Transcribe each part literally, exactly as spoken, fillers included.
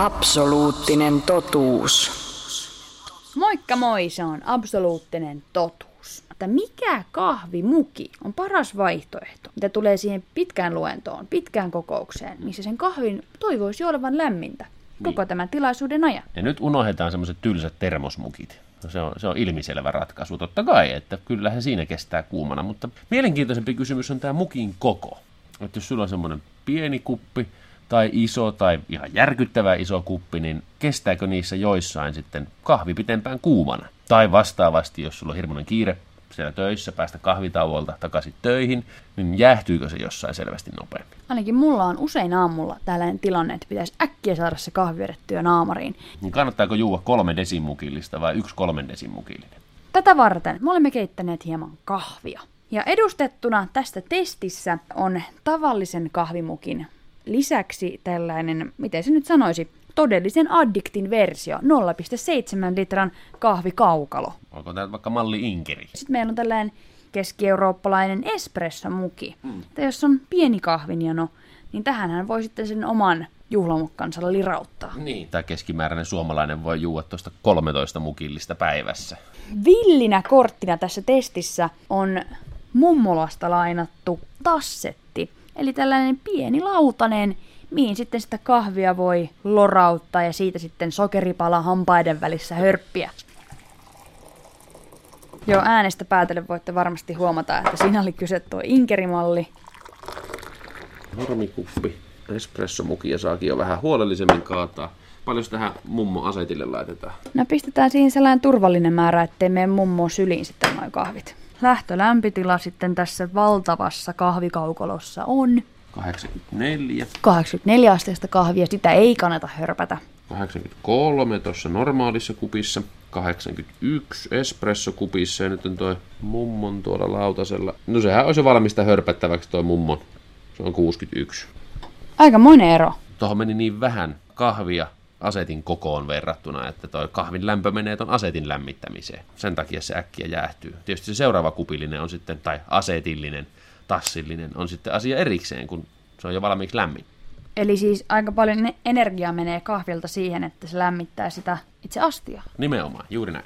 Absoluuttinen totuus. Moikka moi, se on absoluuttinen totuus. Että mikä kahvimuki on paras vaihtoehto, mitä tulee siihen pitkään luentoon, pitkään kokoukseen, missä sen kahvin toivoisi olevan lämmintä koko niin. Tämän tilaisuuden ajan. Ja nyt unohdetaan semmoiset tylsät termosmukit. Se on, se on ilmiselvä ratkaisu, totta kai, että kyllä se siinä kestää kuumana, mutta mielenkiintoisempi kysymys on tämä mukin koko. Että jos sulla on semmoinen pieni kuppi tai iso tai ihan järkyttävä iso kuppi, niin kestääkö niissä joissain sitten kahvi pitempään kuumana? Tai vastaavasti, jos sulla on hirmuinen kiire siellä töissä, päästä kahvitauolta takaisin töihin, niin jäähtyykö se jossain selvästi nopeammin? Ainakin mulla on usein aamulla tällainen tilanne, että pitäisi äkkiä saada se kahvi vedettyä naamariin. Niin kannattaako juua kolme desimukillista vai yksi kolmen desimukillinen? Tätä varten me olemme keittäneet hieman kahvia. Ja edustettuna tästä testissä on tavallisen kahvimukin lisäksi tällainen, miten se nyt sanoisi, todellisen addiktin versio, nolla pilkku seitsemän litran kahvikaukalo. Onko tämä vaikka malli inkeri? Sitten meillä on tällainen keski-eurooppalainen espressomuki. Mm. Että jos on pieni kahvinjano, niin tähänhän voi sitten sen oman juhlamukkansa lirauttaa. Niin, tämä keskimääräinen suomalainen voi juua tuosta kolmetoista mukillista päivässä. Villinä korttina tässä testissä on mummolasta lainattu tassetti, eli tällainen pieni lautanen, mihin sitten sitä kahvia voi lorauttaa ja siitä sitten sokeripala hampaiden välissä hörppiä. Joo, äänestä päätellen voitte varmasti huomata, että siinä oli kyse tuo inkerimalli. Normikuppi, espressomukia saakin jo vähän huolellisemmin kaataa. Paljon tähän mummo asetille laitetaan? No pistetään siihen sellainen turvallinen määrä, ettei mene mummoon syliin sitten noin kahvit. Lähtölämpötila sitten tässä valtavassa kahvikaukolossa on kahdeksankymmentäneljä. kahdeksankymmentäneljä asteista kahvia, sitä ei kannata hörpätä. kahdeksankymmentäkolme tuossa normaalissa kupissa, kahdeksankymmentäyksi espressokupissa ja nyt on toi mummon tuolla lautasella. No sehän olisi jo valmista hörpättäväksi toi mummon. Se on kuusikymmentäyksi. Aikamoinen ero. Tuohon meni niin vähän kahvia asetin kokoon verrattuna, että toi kahvin lämpö menee ton asetin lämmittämiseen. Sen takia se äkkiä jäähtyy. Tietysti se seuraava kupillinen on sitten, tai asetillinen, tassillinen on sitten asia erikseen, kun se on jo valmiiksi lämmin. Eli siis aika paljon energiaa menee kahvilta siihen, että se lämmittää sitä itse astiaa. Nimenomaan, juuri näin.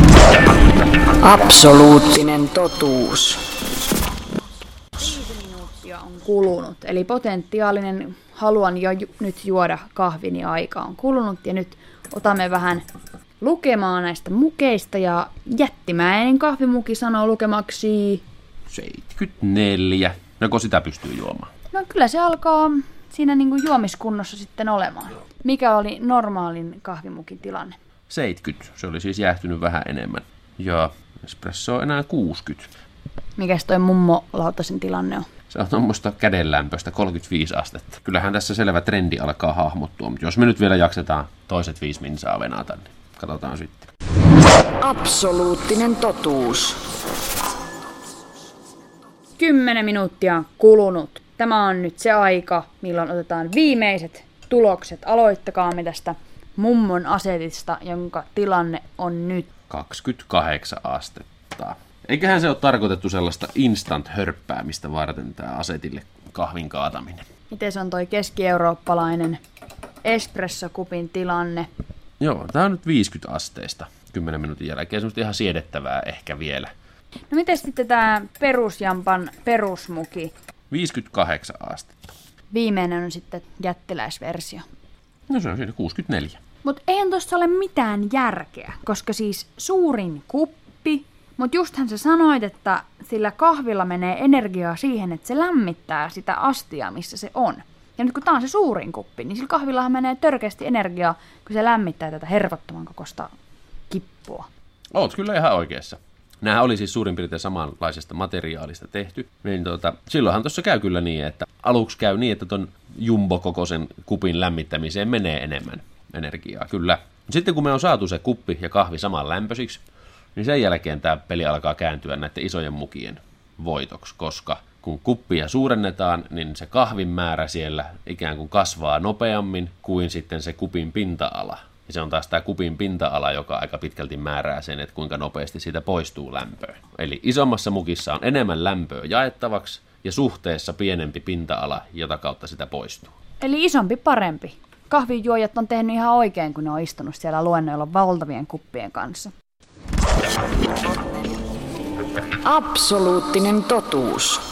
Absoluuttinen totuus. Viisi minuuttia on kulunut, eli potentiaalinen haluan jo ju- nyt juoda kahvini aika on kulunut ja nyt otamme vähän lukemaan näistä mukeista ja jättimäinen kahvimuki sanoo lukemaksi seitsemänkymmentäneljä. Joko sitä pystyy juomaan? No kyllä se alkaa siinä niin kuin juomiskunnossa sitten olemaan. Mikä oli normaalin kahvimukin tilanne? seitsemänkymmentä. Se oli siis jäähtynyt vähän enemmän. Ja espresso on enää kuusikymmentä. Mikäs toi mummolautasen tilanne on? Se on tuommoista kädenlämpöistä kolmekymmentäviisi astetta. Kyllähän tässä selvä trendi alkaa hahmottua, mutta jos me nyt vielä jaksetaan toiset viisi minsaa venata, niin katsotaan sitten. Absoluuttinen totuus. Kymmenen minuuttia on kulunut. Tämä on nyt se aika, milloin otetaan viimeiset tulokset. Aloittakaamme tästä mummon asetista, jonka tilanne on nyt kaksikymmentäkahdeksan astetta. Eiköhän se ole tarkoitettu sellaista instant-hörppäämistä varten tämä asetille kahvin kaataminen. Miten se on toi keski-eurooppalainen espressokupin tilanne? Joo, tämä on nyt viisikymmentä asteista kymmenen minuutin jälkeen. Semmoista ihan siedettävää ehkä vielä. No miten sitten tämä perusjampan perusmuki? viisikymmentäkahdeksan astetta. Viimeinen on sitten jättiläisversio. No se on siinä kuusikymmentäneljä. Mutta eihän tuossa ole mitään järkeä, koska siis suurin kuppi, mutta justhan sä sanoit, että sillä kahvilla menee energiaa siihen, että se lämmittää sitä astia, missä se on. Ja nyt kun tää on se suurin kuppi, niin sillä kahvillahan menee törkeästi energiaa, kun se lämmittää tätä hervottoman kokoista kippua. Oot kyllä ihan oikeassa. Nämä oli siis suurin piirtein samanlaisesta materiaalista tehty. Niin tuota, silloinhan tuossa käy kyllä niin, että aluksi käy niin, että ton jumbo-kokoisen kupin lämmittämiseen menee enemmän energiaa, kyllä. Sitten kun me on saatu se kuppi ja kahvi saman lämpöisiksi, niin sen jälkeen tämä peli alkaa kääntyä näiden isojen mukien voitoksi, koska kun kuppia suurennetaan, niin se kahvin määrä siellä ikään kuin kasvaa nopeammin kuin sitten se kupin pinta-ala. Ja se on taas tämä kupin pinta-ala, joka aika pitkälti määrää sen, että kuinka nopeasti siitä poistuu lämpöä. Eli isommassa mukissa on enemmän lämpöä jaettavaksi ja suhteessa pienempi pinta-ala, jota kautta sitä poistuu. Eli isompi parempi. kahvinjuojat on tehnyt ihan oikein, kun ne on istunut siellä luennoilla valtavien kuppien kanssa. Absoluuttinen totuus.